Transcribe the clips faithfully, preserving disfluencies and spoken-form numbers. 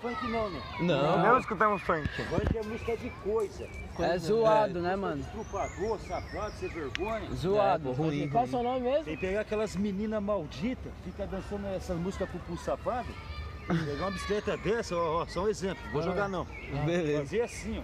funk não, né? Não. Não escutamos funk. Funk é música de coisa. É zoado, né, mano? Estrupador, safado, sem vergonha. Zoado. É, pô, ruim, Qual ruim. é o seu nome mesmo? Tem que pegar aquelas meninas malditas, fica dançando essas músicas pro, pro safado. Pegar uma bicicleta dessa, ó, ó, só um exemplo. Vou jogar não. Beleza. Fazer assim, ó.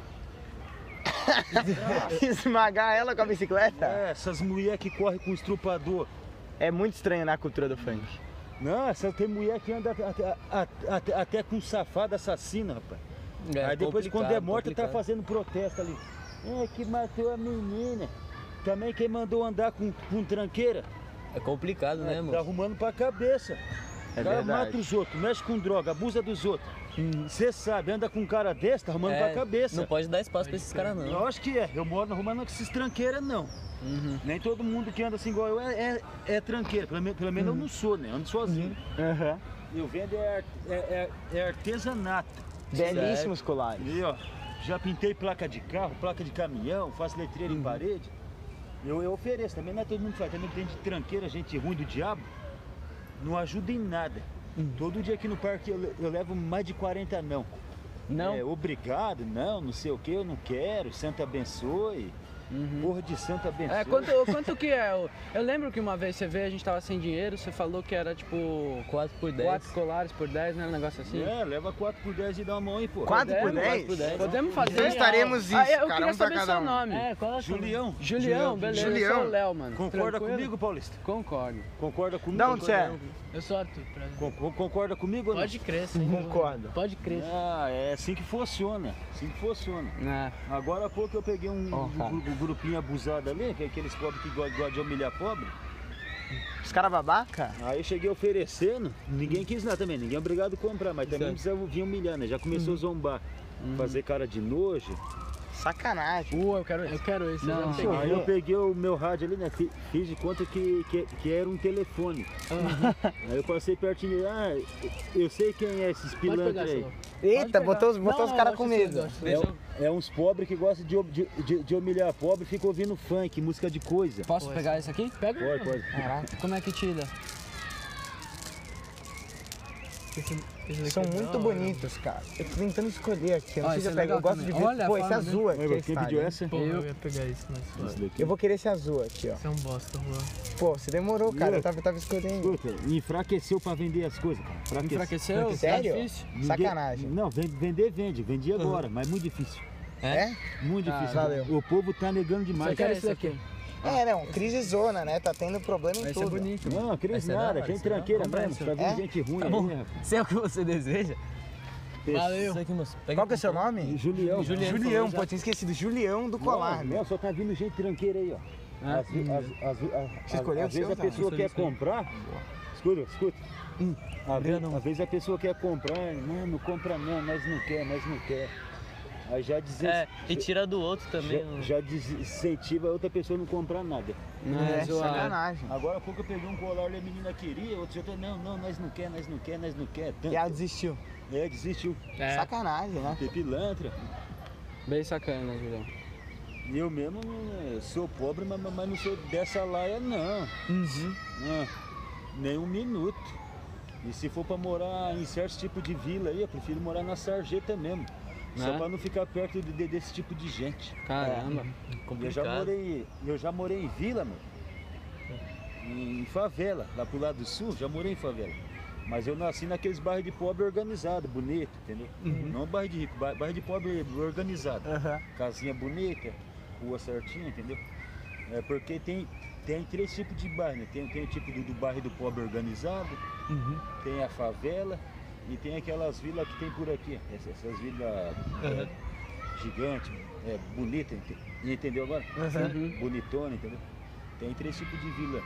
Esmagar ela com a bicicleta? É, essas mulheres que correm com estrupador. É muito estranho na cultura do funk. Não, essa tem mulher que anda até, até, até, até com safado assassino, rapaz. É, Aí depois quando é morta tá complicado. fazendo protesto ali. É que matou a menina. Também quem mandou andar com, com tranqueira. É complicado, né, Tá moço? arrumando pra cabeça. É O cara verdade. mata os outros, mexe com droga, abusa dos outros. Você sabe, anda com um cara desse, tá arrumando pra cabeça. Não pode dar espaço pra esses caras, não. Eu acho que é. Eu moro não arrumando com esses tranqueiras, não. Uhum. Nem todo mundo que anda assim igual eu é, é, é tranqueira. Pelo, menos- pelo menos eu não sou, né? Eu ando sozinho. Aham. Eu vendo é, ar- é, é, é artesanato. Belíssimos colares. E ó, já pintei placa de carro, placa de caminhão, faço letreira em parede. Eu, eu ofereço, também não é todo mundo que faz, também tem de tranqueira, gente ruim do diabo, não ajuda em nada. Todo dia aqui no parque eu, le- eu levo mais de quarenta não. Não? É, obrigado, não, não sei o que, eu não quero, santo abençoe. Porra de santo abençoe. É, quanto, quanto que é? Eu, eu lembro que uma vez você veio, a gente tava sem dinheiro, você falou que era tipo quatro por dez. quatro colares por dez, né? Um negócio assim. É, leva quatro por dez e dá uma mão aí, pô. Quatro por Podemos, dez? quatro por dez. Podemos fazer. Então estaremos isso, Ah, eu cara, queria um pra saber cada seu um. nome. É, qual é o seu nome? Julião. Julião, beleza. Julião. Eu sou o Léo, mano. Concorda Tranquilo? comigo, Paulista? Concordo. Concorda comigo? Da onde você é? Eu sou Arthur. prazer. Con- con- Concorda comigo ou não? Pode crer, sim. Concordo. Pode crer. Ah, é assim que funciona. Assim que funciona. É. Agora há pouco eu peguei um, Ó, um cara. gru- um grupinho abusado ali, que é aqueles pobres que gostam, gostam de humilhar pobre. Os caras babaca? Aí eu cheguei oferecendo, ninguém quis nada também, ninguém é obrigado a comprar, mas também não precisa vir humilhar, né? Já começou a zombar, fazer cara de noje. Sacanagem. Uh, eu quero esse. Eu quero esse. Não, eu já não. peguei. Aí eu peguei o meu rádio ali, né? fi- Fiz de conta que, que, que era um telefone. Aí eu passei pertinho, ah, eu sei quem é esses Pode pegar, pilantras aí. celular. Eita, Pode botou, os- pegar. botou os Não, caras eu com acho que medo. eu gosto. É, Deixa eu- é uns pobres que gostam de, de, de, de humilhar pobre e ficam ouvindo funk, música de coisa. Posso pegar esse aqui? Pega. Pode, pode. Caraca, Como é que tira? Esse, esse daqui são é da muito hora. bonitos, cara. Eu tô tentando escolher aqui. Eu não Ó, sei se esse eu é pego. Eu legal gosto de também. ver. Olha a Pô, esse forma, né? azul aqui. Oi, é quem style, pediu né? essa? Pô, Eu- eu ia pegar esse mais Esse suave. daqui. Eu vou querer esse azul aqui, ó. Esse é um bosta, Juan. Pô, você demorou, cara. Viu? Eu tava, tava escolhendo. Escuta, enfraqueceu pra vender as coisas, cara. Enfraqueceu. Enfraqueceu? Sério? Tá difícil. Ninguém- Sacanagem. Não, vende- vender vende, vendi agora, mas é muito difícil. É? Muito Ah, difícil. valeu. O povo tá negando demais. Eu quero é esse esse daqui. É, não. Crise zona, né? Tá tendo problema em Esse é tudo. bonito. Não, crise Esse é da nada, hora, gente esse é da hora. tranqueira Compra mesmo. esse. Tá vendo É? gente ruim Tá aí, bom. rapaz. Se é o que você deseja. Valeu. Isso aqui, moço. Pega Qual que é o aqui. seu nome? Julião. Julião. Julião, já. pô, tinha esquecido. Julião do colar, né? Não, só tá vindo gente tranqueira aí, ó. Ah, Às, ve- às, às, ve- a- Você a- escolheu às o vezes seu, a pessoa tá? quer Escolhi, escolhi. comprar. Escuta, escuta. Às, Obrigado. vezes, às vezes a pessoa quer comprar, não, não compra não, nós não quer, nós não quer. Aí já diz, É, e tira do outro também. ó. já, já desincentiva a outra pessoa a não comprar nada. Não, É, é zoado. sacanagem. Agora há pouco eu peguei um colar ali, a menina queria, outro já tá, não, não, nós não quer, nós não quer, nós não quer. Tanto. E ela desistiu. É, desistiu. É. Sacanagem, né? Tem pilantra. Bem sacana, Julião. E eu mesmo eh, sou pobre, mas, mas não sou dessa laia não. Uhum. Não, nem um minuto. E se for pra morar em certos tipos de vila aí, eu prefiro morar na sarjeta mesmo. Só Né? pra não ficar perto de- de- desse tipo de gente. Caramba. Eu já Complicado. morei, eu já morei em vila, meu. Em favela, lá pro lado do sul, já morei em favela. Mas eu nasci naqueles bairros de pobre organizado, bonito, entendeu? Não bairro de rico, ba- bairro de pobre organizado. Aham. Casinha bonita, rua certinha, entendeu? É porque tem, tem três tipos de bairro, né? Tem, tem o tipo do, do bairro do pobre organizado, tem a favela e tem aquelas vilas que tem por aqui. Essas, essas vilas é, gigantes, é, bonitas, ente- entendeu agora? Uhum. Bonitona, entendeu? Tem três tipos de vila.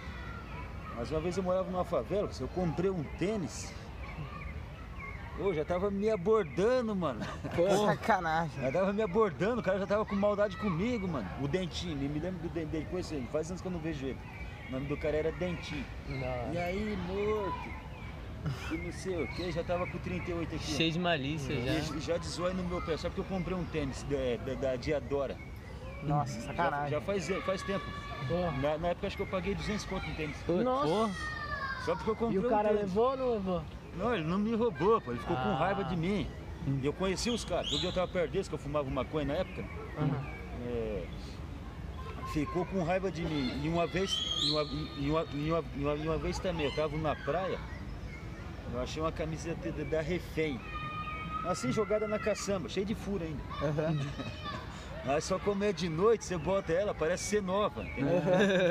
Mas uma vez eu morava numa favela, eu comprei um tênis. Eu já tava me abordando, mano. Sacanagem. Já tava me abordando, o cara já tava com maldade comigo, mano. O Dentinho, me, me lembro do Dentinho, depois faz anos que eu não vejo ele. O nome do cara era Dentinho. E aí, morto? E não sei o que, já tava com trinta e oito aqui. ó. Cheio de malícia já. E já desói no meu pé, só porque eu comprei um tênis da, da, da Diadora. Nossa, Já, sacanagem. já faz, faz tempo. Porra. Na, na época acho que eu paguei duzentos conto no tênis. Nossa. Pô, Só porque eu comprei E o cara um tênis. levou ou não levou? Não, ele não me roubou, pô. Ele ficou com Ah. raiva de mim. E eu conheci os caras. Todo dia eu tava perto deles, que eu fumava maconha na época. É, ficou com raiva de mim. E uma vez, e uma, e uma, e uma, e uma, e uma vez também, eu tava na praia, eu achei uma camiseta da- da Refém. Assim, jogada na caçamba, cheia de furo ainda. Aí só como é de noite, você bota ela, parece ser nova. Entendeu?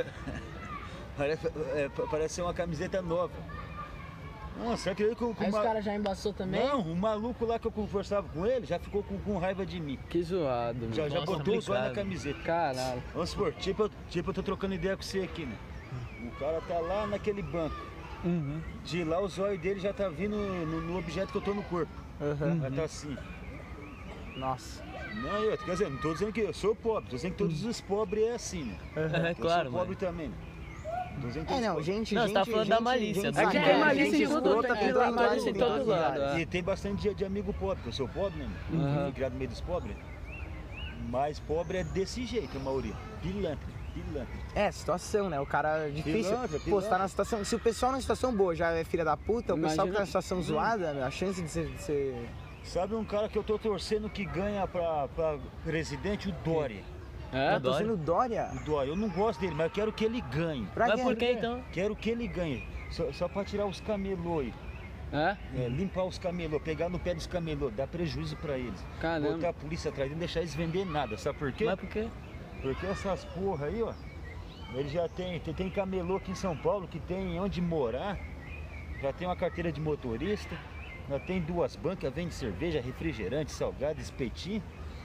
Parece, é, parece ser uma camiseta nova. Nossa, aquele que, que Aí os uma- caras já embaçou também? Não, o maluco lá que eu conversava com ele já ficou com, com raiva de mim. Que zoado, mano. Já, já Nossa, botou o zóio na complicado. camiseta. Caralho. Vamos supor, tipo, eu- tipo eu tô trocando ideia com você aqui, né? O cara tá lá naquele banco. De lá o zóio dele já tá vindo no, no objeto que eu tô no corpo. Vai tá assim. Nossa. Não, eu, quer dizer, não tô dizendo que eu sou pobre, tô dizendo que todos os pobres é assim, né? É Eu claro, sou pobre mano. também, né? Tô dizendo que É, todos não, pobres. gente, Não, você gente, tá falando da gente, malícia, gente do- Aqui sabe, tem né? malícia Gente em tudo, escrota, tem, tudo tem atrás, malícia em tudo todo atrás. lado. E tem bastante de, de amigo pobre, que eu sou pobre, né? Eu fui criado no meio dos pobres. Mas pobre é desse jeito, a maioria. Pilantra, pilantra. É, situação, né? O cara é difícil. Pilantra, Pô, você pilantra. tá na situação. Se o pessoal na situação boa já é filha da puta, o pessoal que Imagina- tá na situação zoada, meu, a chance de ser. de ser- Sabe um cara que eu tô torcendo que ganha pra, pra presidente? O Dória. É? Tá torcendo Dória? O Dória, eu não gosto dele, mas eu quero que ele ganhe. Pra Mas quê? por que então? Quero que ele ganhe. Só, só pra tirar os camelô aí. É? É, limpar os camelô, pegar no pé dos camelô, dar prejuízo pra eles. Caramba. Botar a polícia atrás e não deixar eles vender nada. Sabe por quê? Mas por quê? Porque essas porra aí, ó, ele já tem, tem, tem camelô aqui em São Paulo que tem onde morar, já tem uma carteira de motorista, já tem duas bancas, vende cerveja, refrigerante, salgado, espetinho.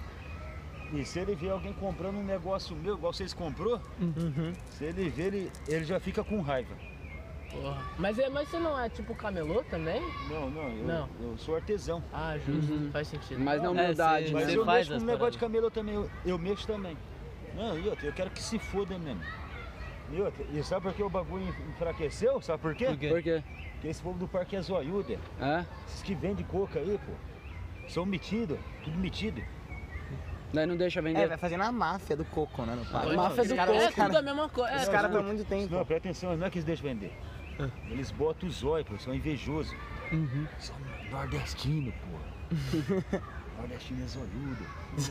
E se ele ver alguém comprando um negócio meu, igual vocês comprou, se ele ver, ele, ele já fica com raiva. Porra. Mas, é, mas você não é tipo camelô também? Não, não, eu, Não. eu sou artesão. Ah, justo. Faz sentido. Mas na É, humildade, cê- Mas né? Você eu faz mexo com as um negócio paradas. de camelô também, eu, eu mexo também. Não, e outra, eu quero que se foda mesmo. E outra, e sabe por que o bagulho enfraqueceu? Sabe por quê? Por quê? Por quê? Porque esse povo do parque é zoiudo, é. É? Esses que vendem coca aí, pô, são metidos, tudo metido. Daí não deixa É, vender? vai fazendo a máfia do coco, né, no parque. Pode máfia ser. do cara- É os cara- tudo a mesma coisa. Os É, caras não, estão há muito tempo. Não, presta atenção, não é que eles deixam vender. Eles botam os zóio, pô, são invejosos. São nordestino, pô. Nordestino é zoiudo.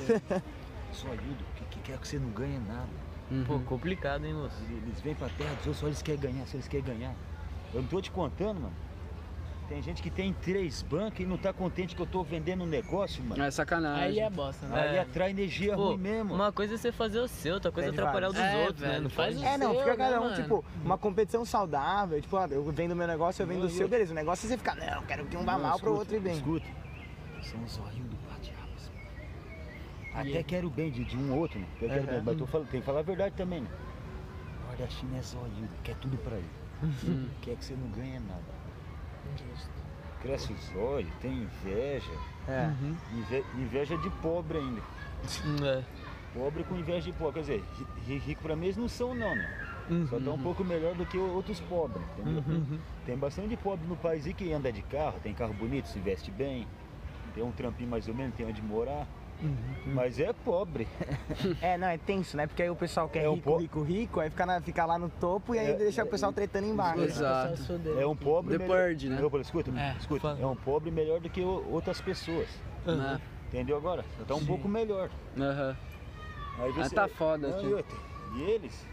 Zoiudo, que, que quer que você não ganhe nada. Pô, complicado, hein, moço? Eles, eles vêm pra terra dos outros, só eles querem ganhar, só eles querem ganhar. Eu não tô te contando, mano. Tem gente que tem três bancos e não tá contente que eu tô vendendo um negócio, mano. É sacanagem. Aí é bosta, né? Aí É. atrai energia Pô, ruim mesmo. uma coisa é você fazer o seu, outra coisa é Tem atrapalhar o dos vários. É, outros, né? velho, Não faz pode. o É, não, seu, fica né, cada um, mano? tipo, uma competição saudável, tipo, ó, eu vendo meu negócio, eu vendo Não, o e seu, eu- beleza. O negócio é você ficar, não, eu quero que um vá Não, mal pro escuta, outro e bem. Escuta, são os zoinhos do Patiabas. Até quero bem de, de um ou outro, né? Eu quero bem, mas tô falando, tem que falar a verdade também, né? Nordestino é zoinho, quer tudo pra ele. Quer que você não ganhe nada. Cresce os olhos, tem inveja. É. Inve- Inveja de pobre ainda. É. Pobre com inveja de pobre. Quer dizer, ri- rico pra mim eles não são não, né? Só tá um pouco melhor do que o- outros pobres, entendeu? Tem bastante pobre no país aí que anda de carro, tem carro bonito, se veste bem, tem um trampinho mais ou menos, tem onde morar. Mas é pobre. É, não, é tenso, né? Porque aí o pessoal quer É um rico, po- rico, rico, aí fica, na- fica lá no topo e aí É, deixa o pessoal tretando embaixo. né? Exato. É um pobre. The melhor- Purge, né? Eu falei, escuta, É, escuta, fala. é um pobre melhor do que o- outras pessoas. Né? Entendeu agora? Tá um pouco melhor. Aham. Aí Ah, tá foda, Não, tio. e, outra, e eles?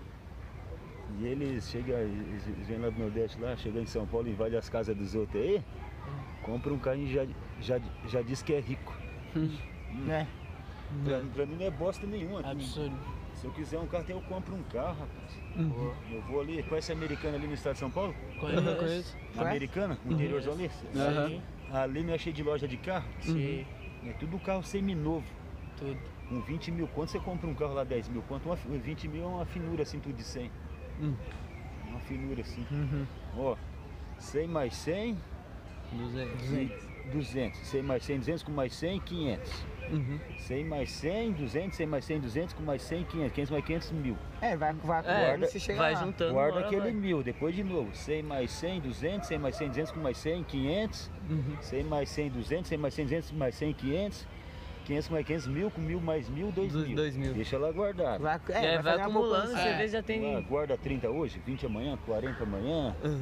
E eles chegam, eles eles vêm lá do Nordeste lá, chegam em São Paulo, invadem as casas dos outros aí, compram um carro e já, já, já diz que é rico. É. Pra, pra mim não é bosta nenhuma. Absurdo. Se eu quiser um carro, eu compro um carro, rapaz. Eu vou ali, conhece a Americana ali no estado de São Paulo? Conheço. Na Americana, no interiorzão ali. Aham. Ali não é cheio de loja de carro. Sim, É tudo carro seminovo. tudo. Com vinte mil conto você compra um carro lá dez mil conto, uma, fi- vinte mil é uma finura assim, tudo de cem. Uma finura assim. Ó, cem mais cem, duzentos. duzentos. cem mais cem, duzentos com mais cem, quinhentos. cem mais cem, duzentos, cem mais cem, duzentos com mais cem, quinhentos. quinhentos mais quinhentos, mil. É, vai, vai É, acumulando e você chega vai lá. juntando. Guarda uma hora aquele vai. mil, depois de novo. cem mais cem, duzentos, cem mais cem, duzentos com mais cem, quinhentos. cem mais cem, duzentos, cem mais cem, duzentos mais cem, quinhentos. quinhentos mais quinhentos, mil, com mil mais mil, dois Dos mil. dois mil. Deixa ela guardada. Vai, E aí é, vai vai fazer uma acumulando, poupança. você É. vê já tem. Ah, guarda trinta hoje, vinte amanhã, quarenta amanhã.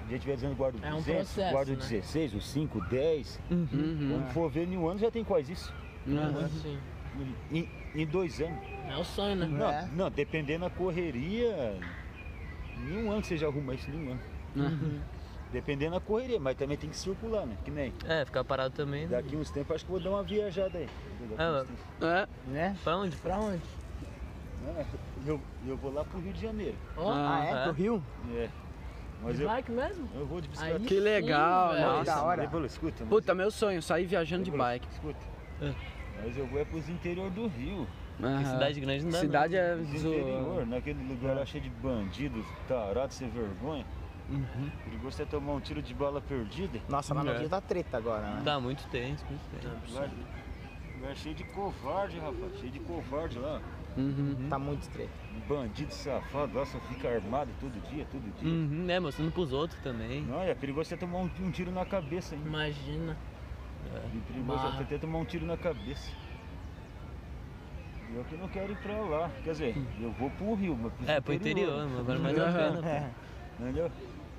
A gente vai dizendo guarda o É um duzentos, processo, guarda o né? dezesseis, o cinco, o dez. Uhum. Quando for ver em um ano já tem quase isso. Uhum. Sim. Em, em dois anos. É o sonho, né? Não, É. não, dependendo da correria, em um ano você já arruma isso, em um ano. Uhum. Dependendo da correria, mas também tem que circular, né? Que nem. É, ficar parado também. né? Daqui uns tempos acho que vou dar uma viajada aí. Daqui Ah, uns tempos. É. Né? Pra onde? Pra onde? É, eu, eu vou lá pro Rio de Janeiro. Ó, Ah, é? é? Pro Rio? É. Mas de eu, bike mesmo? eu vou de bicicleta. Aí Que legal, sim, velho. nossa. Da hora. Rebolo, escuta, mas Puta, meu sonho, sair viajando de Rebolo, bike. Escuta. É. Mas eu vou é pros interior do Rio. Porque Aham. cidade grande não dá. Cidade é Pros zoa. interior, naquele lugar lá cheio de bandidos, tarados, sem vergonha. Uhum. Perigoso é tomar um tiro de bala perdida. Nossa, lá no É. Rio tá treta agora, né? Não. Tá muito tenso, muito tenso. Lugar, lugar cheio de covarde, rapaz. Cheio de covarde lá. Uhum. Tá muito treta. Bandido safado, nossa, fica armado todo dia, todo dia. Uhum, é, mostrando pros outros também. Não, é perigoso você tomar um, um tiro na cabeça ainda. Imagina. E perigoso Barra. é até tomar um tiro na cabeça. E eu que não quero ir pra lá. Quer dizer, eu vou pro Rio, mas pros É, pro interior, mano, agora mais a pena, pô. Entendeu?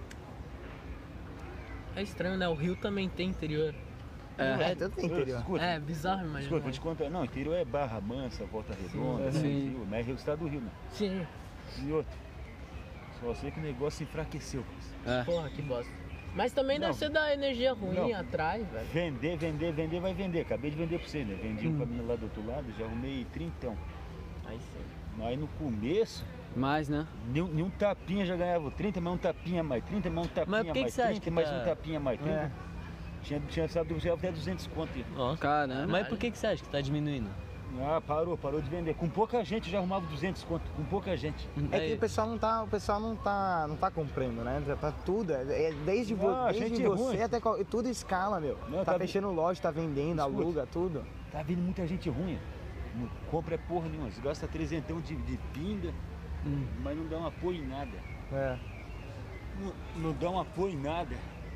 É estranho, né? O Rio também tem interior. É, tudo tem interior. Escuta, É, bizarro escuta, imaginar. vou te contar. Não, interior é Barra Mansa, Volta Redonda, Sim. né, Sim. Rio, mas é o estado do Rio, né? Sim. E outro. Só sei que o negócio enfraqueceu. cara. É. Porra, que bosta. Mas também Não. deve ser da energia ruim Não. atrás, velho. Vender, vender, vender, vai vender. Acabei de vender pra você, né? Vendi um caminho lá do outro lado, já arrumei trintão. Aí sim. Mas no começo, Mais, né? nenhum, nenhum tapinha já ganhava trinta, mais um tapinha mais trinta, mais um tapinha por que que mais você acha trinta, que mais tá- um tapinha mais trinta. É. Tinha, tinha sabe, já até duzentos conto. Nossa. Caramba. Mas por que, que você acha que tá diminuindo? Ah, parou, parou de vender. Com pouca gente já arrumava duzentos conto, com pouca gente. É que Aí, o pessoal não tá, o pessoal não tá, não tá comprando, né? Já tá tudo, é, é desde, vo, Ah, desde gente você ruim. até qual- tudo escala, meu. Não, tá tá- fechando loja, tá vendendo, Escuta. aluga, tudo. Tá vindo muita gente ruim. Não compra é porra nenhuma. Você gasta trezentão de, de pinga, mas não dá um apoio em nada. É. Não, não dá um apoio em nada.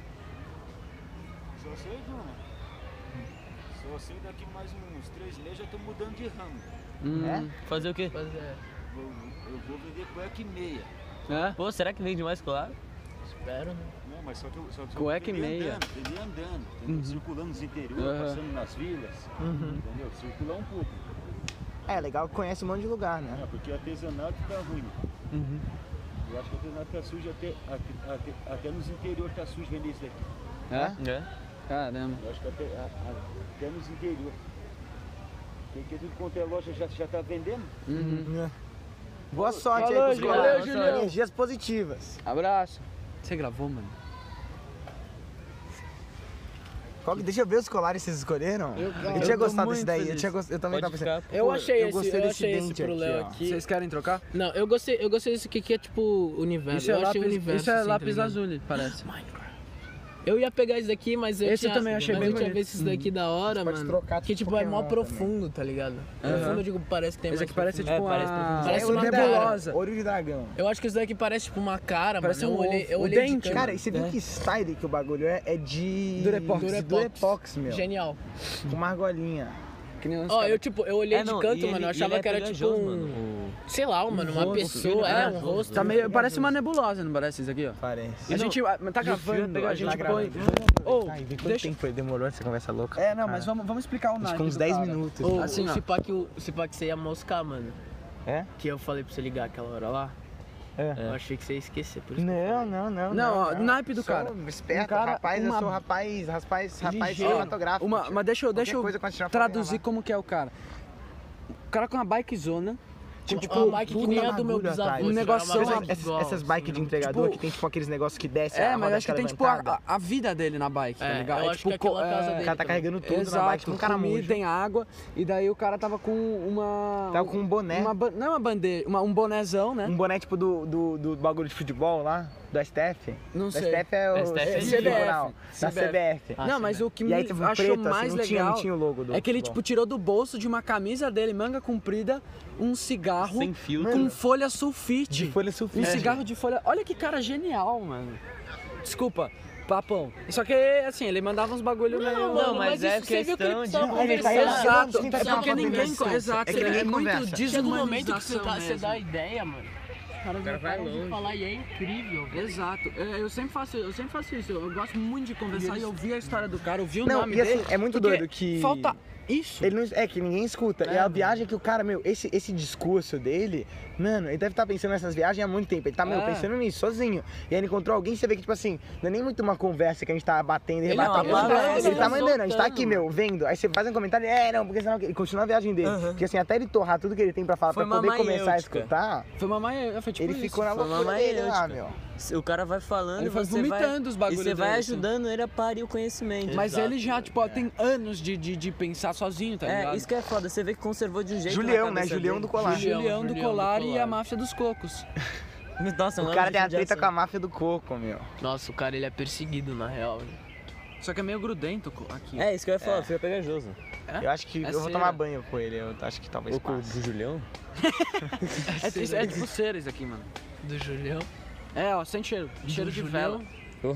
Só sei de uma. Só sei daqui mais uns três meses já tô mudando de ramo. Hum. É? fazer o quê? Mas é, Vou- eu vou vender cueca e meia. É? Pô, será que vende mais colar? espero, né? Não, mas só que eu só, só Cueca e vendi meia. andando, vendi andando, entendeu? Circulando nos interiores, Aham. passando nas vilas, entendeu? Circular um pouco. É, legal que conhece um monte de lugar, né? É, porque artesanato tá ruim. Uhum. Eu acho que o artesanato tá sujo até, até, até, até nos interiores tá sujo vender isso daqui. É? É? Caramba. Eu acho que até, a- a- até nos interiores. Porque tudo quanto é loja já, já tá vendendo. Uhum. Boa sorte Falou, aí com os Julião. colares. Valeu, Julião. Energias positivas. Abraço. Você gravou, mano? Qual que- deixa eu ver os colares que vocês escolheram. Eu, eu tinha tô gostado muito desse daí. Eu, feliz. tinha gost... eu também Pode tava pensando. ficar. Eu Pô, achei eu esse, gostei eu desse achei esse dente pro aqui, Léo ó. aqui. Vocês querem trocar? Não, eu gostei, eu gostei desse aqui que é tipo universo. Isso é eu achei lápis, o universo. isso é assim, tá lápis ligado? azul, parece. Eu ia pegar esse daqui, mas eu Esse eu tinha, também achei mas bem eu tinha bonito. visto esse daqui da hora, Pode mano. trocar, que tipo, tipo é mó Pokémon profundo, tá ligado? Aham. Profundo, eu digo, parece que tem Esse mais aqui parece profundo. tipo É, parece uma... profundo. Parece É, uma olho nebulosa. Olho de dragão. Eu acho que isso daqui parece tipo uma cara, Parece mano. um eu olhei, ovo. eu O olhei de dente, canto. Cara, e você viu É. que style que o bagulho é? É de... Durepox. de Durepox, meu. Genial. Com uma argolinha. Que nem uns Ó, caras- eu tipo, eu olhei É, não, de canto, e mano, ele- eu e achava ele é que era tipo pegajoso, um... mano, o- Sei lá, mano, uma rosto, pessoa, é, é, um um rosto. rosto. Tá meio, parece uma nebulosa, não parece isso aqui, ó? Parece. A E não- gente ah, tá e o fio é gravando, a gente pegajoso. põe... Ô, Ô, e vê quanto deixa- tempo foi, demorou essa conversa louca. É, não, Cara, mas vamos, vamos explicar o acho naipe que uns do dez cara. minutos. Ô, Assim, ó. se pá que o se pá que você ia moscar, mano. É? Que eu falei pra você ligar aquela hora lá. É. Eu achei que você ia esquecer, por isso. Não, não, não. Não, ó, naipe do Sou cara. Esperto, Um cara rapaz, com eu sou uma- rapaz, rapaz, rapaz Ligeiro. cinematográfico. Uma, tio. mas deixa eu, deixa Qualquer eu coisa quando tirar foto, traduzir gravar. como que é o cara. O cara com uma bikezona, Tipo, Tipo, uma bike que nem puta a do meu bagulho bisavô. atrás. Um esse negócio cara é uma são bike essas, igual, essas bikes assim, de né? entregador Tipo- que tem tipo aqueles negócios que desce É, a mas roda acho que fica tem tipo a, levantada. a vida dele na bike, tá É, ligado? eu É acho tipo que aquela co- casa é, dele O cara tá carregando tudo na Exato, bike, tipo um caramujo. comida, tem água, e daí o cara tava com uma... Tava com um boné. Uma, ba- não é uma bandeira, uma, um bonézão, né? Um boné tipo do, do, do bagulho de futebol lá, do S T F. Não Do sei. S T F é o S T F é C C B F. tribunal, da C B F. C B F. Ah, não, sim, mas né? o que E aí me teve um achou preto, mais assim, não tinha, legal não tinha o logo do é que ele futebol. tipo tirou do bolso de uma camisa dele, manga comprida, um cigarro Sem filtro. com folha sulfite. De folha Um sulfite. cigarro de folha. Olha que cara genial, mano. Desculpa, papão. Só que assim, ele mandava uns bagulho meio. Não, Não, mano, mas mas é isso você viu que ele questão de- precisava Não, ele tá conversar. relaxado. Exato, Quem tá é porque falando ninguém. disso? Exato, É que é, ninguém muito conversa. Chega um momento que você desumanização dá, você mesmo. dá ideia, mano. caras cara não vai param de longe. falar e é incrível, velho. Exato. É, Eu sempre faço, eu sempre faço isso. Eu gosto muito de conversar e ouvir a história do cara, ouvir o Não, nome e assim, dele. é muito porque doido que- falta isso. Ele não, é que ninguém escuta. É, e a mano. viagem que o cara, meu, esse, esse discurso dele, mano, ele deve estar pensando nessas viagens há muito tempo. Ele tá, meu, É. pensando nisso, sozinho. E aí ele encontrou alguém, você vê que, tipo assim, não é nem muito uma conversa que a gente tá batendo e Ele é uma rebatendo. Ele, tá- palestra, ele tá ele mandando, a gente tá soltando, aqui, meu, vendo. Aí você faz um comentário, é, não, porque senão ele continua a viagem dele. Porque assim, até ele torrar tudo que ele tem pra falar, Foi pra poder uma começar a maiêutica. escutar, Foi uma maia, foi tipo ele isso. ficou na foi uma loucura dele lá, maiêutica. meu. O cara vai falando Ele e vai você vai... vomitando os bagulho E você vai dele, assim. ajudando ele a parir o conhecimento. Mas Exato. ele já, tipo, ó, tem anos de, de, de pensar sozinho, tá É, ligado? isso que é foda. Você vê que conservou de um jeito Julião, na né? cabeça Julião dele. do Colar. Julião. Julião do Julião do Colar e Colar. a máfia dos cocos. Nossa, O nome cara de tem a treta judiação. com a máfia do coco, meu. Nossa, o cara ele é perseguido na real, velho. Só que é meio grudento co- aqui. É, isso que eu ia falar. Fica pegajoso. Eu acho que É eu vou cera. tomar banho com ele, eu acho que talvez O cu passe. do Julião? É, isso é tipo cera isso aqui, mano. Do Julião. É, ó, sem cheiro. Cheiro de Julião. vela.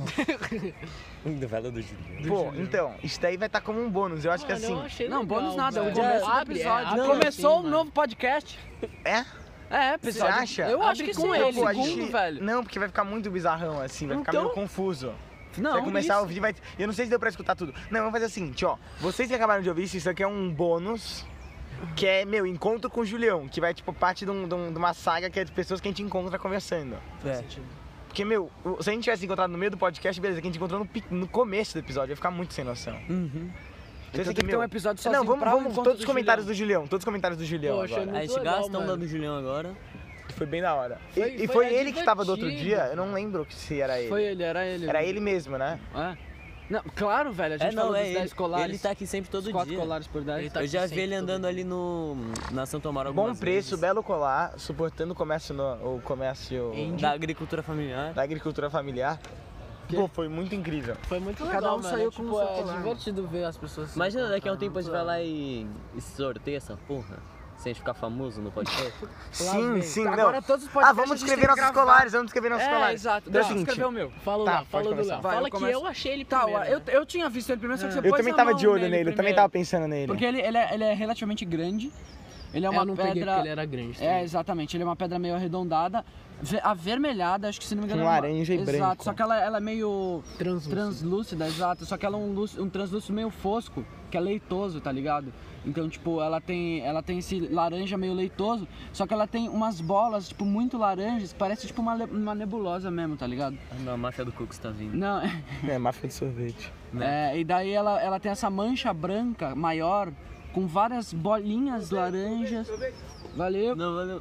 Do vela do Julião. Pô, então, isso daí vai estar como um bônus. Eu acho que Mano, assim. eu achei Não, legal, bônus nada, é o velho. começo do Abre, é, episódio. abre Começou assim, um mano. novo podcast. É? É, episódio. acha? Eu acho Abre que com sim, ele, é o Pô, a segundo, gente- velho. Não, porque vai ficar muito bizarrão assim, vai ficar Então- meio confuso. Não, Você vai começar isso. a ouvir, vai. Eu não sei se deu pra escutar tudo. Não, vamos fazer assim, tio, ó. Vocês que acabaram de ouvir isso, isso aqui é um bônus. Que é, meu, encontro com o Julião. Que vai, tipo, parte de, um- de um- de uma saga que é de pessoas que a gente encontra conversando. É. Porque, meu, o- se a gente tivesse encontrado no meio do podcast, beleza, que a gente encontrou no, pi- no começo do episódio, ia ficar muito sem noção. Uhum. Então, Então tem que ter um episódio sozinho Não, vamos, pra o vamos encontro todos os do comentários Julião. do Julião. Todos os comentários do Julião Pô, achei agora. muito Aí, se legal, gastam mano. da do Julião agora. Foi bem da hora. E- Foi- e foi foi, ele que tava do outro divertido. dia, eu não lembro se era ele. Foi ele, era ele. Era ele mesmo, né? É. Não, claro, velho, a gente É, não, falou é dos ele. dez colares. Ele tá aqui sempre todo os quatro dia. colares por dez. Ele tá Eu já aqui vi ele sempre, andando todo ali no... Na Santo Amaro Bom algumas preço, vezes. belo colar, suportando o comércio, no, o comércio Da agricultura familiar. da agricultura familiar. Pô, foi muito incrível. Foi muito Cada legal, um mano. saiu é, com tipo, o seu é colar. divertido ver as pessoas se Imagina, daqui a um encontrando, tempo a gente vai lá e, e sorteia essa porra. Se a gente ficar famoso no podcast. Sim, vem. sim, Agora não. todos os Ah, podcasts vamos a gente descrever tem que nossos gravar. colares, vamos descrever nossos É, colares. exato. Então é o Deixa eu seguinte, escrever o meu. Fala Tá, lá, pode fala do começar. Léo. Vai, Fala eu que começo. eu achei ele Tá, primeiro. eu, né? eu tinha visto ele primeiro, só que você eu pôs também a tava mão de olho nele nele, eu também primeiro. tava pensando nele. Porque ele, ele, é, ele é relativamente grande. Ele é É, uma eu não peguei pedra... porque ele era grande. É, exatamente. Ele é uma pedra meio arredondada, ve- avermelhada, acho que se não me engano... Com ela é uma- laranja e Exato, branco. só que ela, ela é meio Translúcido. translúcida, exato. Só que ela é um, lúcido, um translúcido meio fosco, que é leitoso, tá ligado? Então, tipo, ela tem, ela tem esse laranja meio leitoso, só que ela tem umas bolas, tipo, muito laranjas, que parece tipo uma, le- uma nebulosa mesmo, tá ligado? Não, a máfia do Coco está vindo. Não, É, máfia de sorvete. é, e daí ela, ela tem essa mancha branca maior, com várias bolinhas laranjas. Valeu. Não, valeu.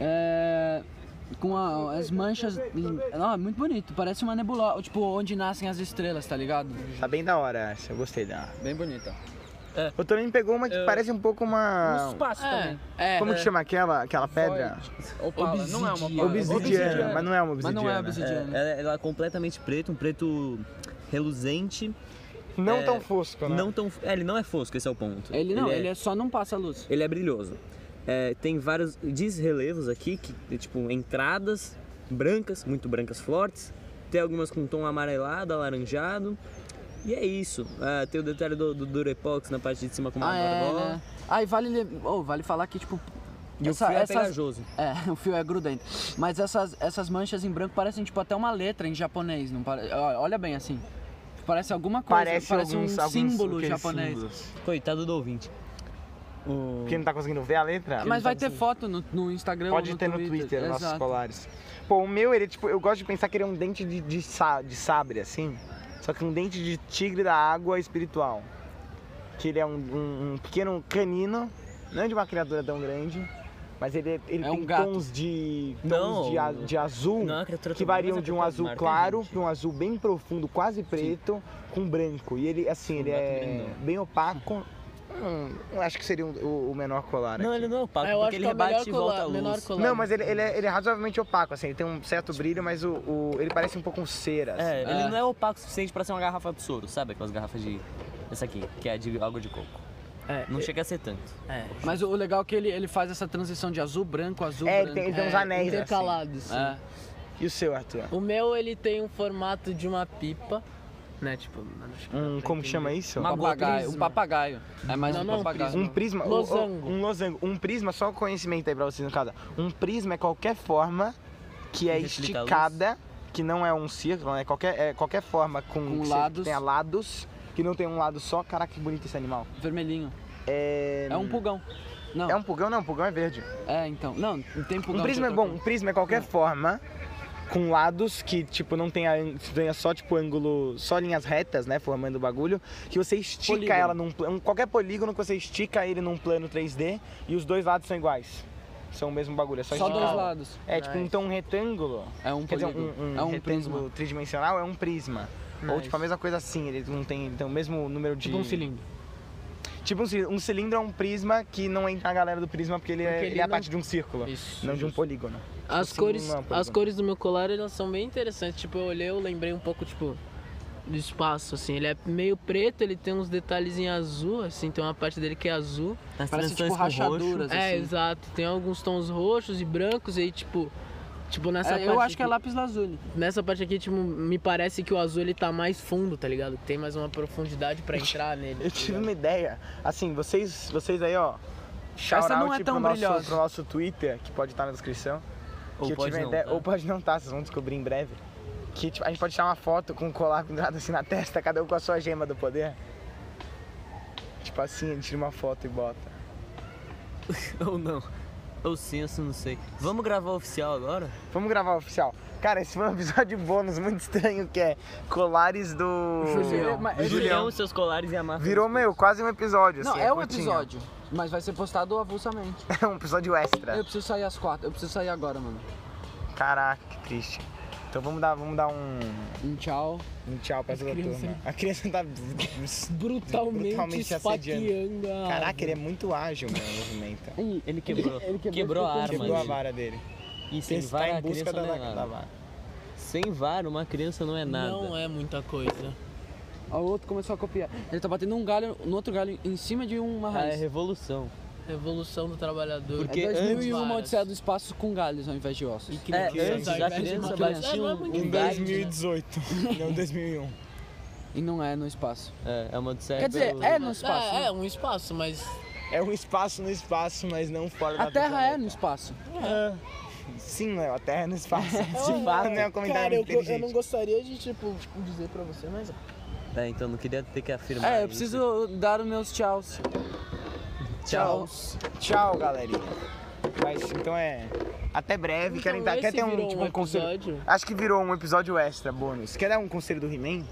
É, com a- as manchas. Não, é muito bonito. Parece uma nebulosa. Tipo, onde nascem as estrelas, tá ligado? Tá bem da hora essa, eu gostei dela. Bem bonita. Eu também pegou uma que parece um pouco Um uma... espaço também. É, Como que chama aquela, aquela pedra? Opala. Não é uma opala. Obsidiana, mas não é uma Mas obsidiana. não é É, obsidiana. ela, ela é completamente preto, um preto reluzente. Não É, tão fosco, né? Não tão. É, ele não é fosco, esse é o ponto. Ele não, ele, é, é só não passa luz. ele é brilhoso. É, tem vários desrelevos aqui, que, tipo, entradas brancas, muito brancas fortes. Tem algumas com tom amarelado, alaranjado. E é isso. Ah, tem o detalhe do, do Durepox na parte de cima com uma Ah, é, argola. né? Ah, e vale, le- oh, vale falar que, tipo... E essa- o fio é essas- pegajoso. É, o fio é grudento. Mas essas, essas manchas em branco parecem, tipo, até uma letra em japonês. Não pare... Ó, olha bem, assim. Parece alguma coisa. Parece, Parece, alguns, um alguns símbolo aqueles japonês. símbolos. Coitado do ouvinte. O... Porque não tá conseguindo ver a letra? Mas vai ter foto no, no Instagram Pode ou no ter no Twitter. Twitter, nossos Exato. colares. Pô, o meu, ele, tipo, eu gosto de pensar que ele é um dente de, de, sa- de sabre, assim. Só que um dente de tigre da água espiritual. Que ele é um, um- um pequeno canino, não é de uma criatura tão grande, mas ele, ele É tem um gato. tons de tons Não, de, a- de azul não é uma criatura que tão grande, variam mas é de um criatura azul do mar, claro tem para um azul bem profundo, quase preto, com branco. E ele, assim, ele gato é grandão. bem opaco. Hum, eu acho que seria um- o, o menor colar Não, aqui. ele não é opaco, Ah, eu acho porque que ele é o melhor rebate e volta a colar, luz. menor colar. Não, mas ele, ele, é, ele é razoavelmente opaco, assim, ele tem um certo brilho, mas o, o- ele parece um pouco um cera. É, assim. ele É. não é opaco o suficiente pra ser uma garrafa de soro, sabe? Aquelas garrafas de... Essa aqui, que é de água de coco. É, Não chega a ser tanto. é. Mas o legal é que ele, ele faz essa transição de azul, branco, azul, É, ele branco. tem, ele tem uns É, anéis, assim. intercalados. sim. É. E o seu, Arthur? O meu, ele tem um formato de uma pipa, né? Tipo, acho que dá Um, pra como que entender. chama isso? Um Uma papagaio, um prisma. papagaio. É mais Não, um não, um papagaio. Um prisma. o- o- Losango. Um losango. Um prisma, só conhecimento aí pra vocês no caso. Um prisma é qualquer forma que é Me explica a luz. esticada, que não é um círculo, é qualquer, é qualquer forma com, Com que lados. que tenha lados, que não tem um lado só. Caraca, que bonito esse animal. Vermelhinho. É, É um pulgão. Não, É um pulgão? Não, um pulgão é verde. é, então. Não, não tem pulgão. Um prisma é de bom, outra um prisma é qualquer forma com lados que, tipo, não tenha, tenha só, tipo, ângulo, só linhas retas, né, formando o bagulho, que você estica Polígono. ela num plano, qualquer polígono que você estica ele num plano três D e os dois lados são iguais. São o mesmo bagulho, é só, cor. Só esticar. dois lados. É, tipo, Nice. então um retângulo, É um quer dizer, polígono. um, um é um retângulo prisma. tridimensional é um prisma. Ou, Nice. tipo, a mesma coisa assim, ele não tem, então, o mesmo número de... Tipo um cilindro. Tipo um cilindro. Um cilindro é um prisma que não entra na galera do prisma porque ele, é, Porque ele ele é a não- parte de um círculo, Isso, não de um justo. polígono. As assim, cores, não é um as polígono. cores do meu colar, elas são bem interessantes. Tipo, eu olhei, eu lembrei um pouco, tipo, do espaço, assim. Ele é meio preto, ele tem uns detalhes em azul, assim, tem uma parte dele que é azul. As Parece tipo transições com roxo. rachaduras, É, assim. exato. Tem alguns tons roxos e brancos, e aí, tipo... Tipo, nessa É, parte eu acho que é aqui- lápis lazuli. Nessa parte aqui, tipo, me parece que o azul, ele tá mais fundo, tá ligado? Tem mais uma profundidade pra entrar nele. Eu tá tive ligado? uma ideia. Assim, vocês, vocês aí, ó. Shout Essa não out é tão pro brilhosa. nosso, pro nosso Twitter, que pode estar na descrição. Ou que eu pode tive uma não, ideia, tá? ou pode não estar, vocês vão descobrir em breve. Que tipo, a gente pode tirar uma foto com um colar pendurado assim na testa, cada um com a sua gema do poder. Tipo assim, a gente tira uma foto e bota. Ou não. Ou sim, eu não sei. Vamos gravar o oficial agora? Vamos gravar o oficial. Cara, esse foi um episódio bônus muito estranho que é colares do. Julião. Mas- do Julião, seus colares e a marca. Virou, meu, quase um episódio. Não, assim, é um curtinho. episódio, mas vai ser postado avulsamente. É um episódio extra. Eu preciso sair às quatro, eu preciso sair agora, mano. Caraca, que triste. Então vamos dar, vamos dar um, Um tchau. um tchau pra toda a criança- turma. A criança tá Brutalmente, Brutalmente se assediando. esfaqueando a Caraca, ele é muito ágil, meu movimento. Ih, ele quebrou. Ele quebrou quebrou, a arma Quebrou a dele. vara dele. E sem Ele está vara, em a busca criança da, não é da, nada. da vara. Sem vara, uma criança não é nada. Não é muita coisa. O outro começou a copiar. Ele tá batendo um galho no outro galho em cima de uma Ah, é raiz. revolução. Revolução do trabalhador. Porque é dois mil e um antes- uma Odisseia do Espaço com galhos ao invés de ossos. E É, crianças, antes ao a invés de criança uma batia criança. Não é um- muito um grande, dois né? dezoito, não dois mil e um. E não é no espaço. É, é uma odisseia. Quer dizer, pelo- é no espaço. É, né? é um espaço, mas É um espaço no espaço, mas não fora da A Terra é planeta. no espaço. Sim, Léo, a Terra é no espaço. É, De fato, não é um comentário inteligente. gostaria de, tipo, dizer pra você, mas... É, então não queria ter que afirmar. É, eu isso. preciso dar os meus tchauz. Tchau. Tchau, galerinha. Mas então é. Até breve. Querem dar, quer esse ter um, virou tipo, um um conselho? episódio? Acho que virou um episódio extra, bônus. Quer dar um conselho do He-Man?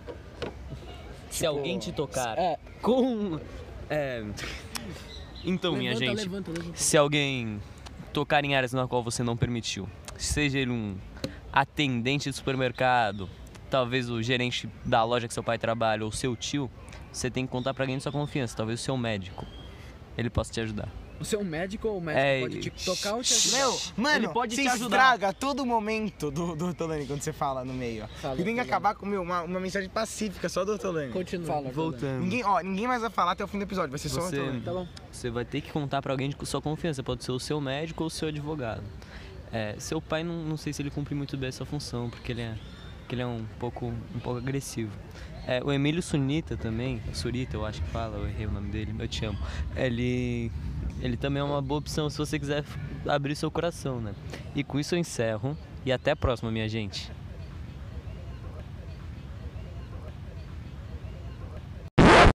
Se alguém te tocar É. com. É. Então, minha Levanta, gente. levanta, levanta. Se alguém tocar em áreas na qual você não permitiu, seja ele um atendente de supermercado, talvez o gerente da loja que seu pai trabalha ou seu tio, você tem que contar pra alguém de sua confiança, talvez o seu médico. Ele possa te ajudar. Você é um médico ou o médico É, pode te tocar ou te ajudar? Meu, mano, Ele pode você te ajudar. estraga todo momento do, do Ortolani quando você fala no meio. ó. Fala, E tem que fala. acabar com meu, uma, uma mensagem pacífica só do Ortolani. Continua. Fala, Voltando. Ninguém, ó, ninguém mais vai falar até o fim do episódio, vai ser só o Você- Ortolani. Tá bom. Você vai ter que contar pra alguém de sua confiança. Pode ser o seu médico ou o seu advogado. É, seu pai, não, não sei se ele cumpre muito bem essa função, porque ele é, porque ele é um, pouco, um pouco agressivo. É, o Emílio Sunita também, Surita eu acho que fala, eu errei o nome dele, eu te amo. Ele, ele também é uma boa opção se você quiser abrir seu coração, né? E com isso eu encerro. E até a próxima, minha gente.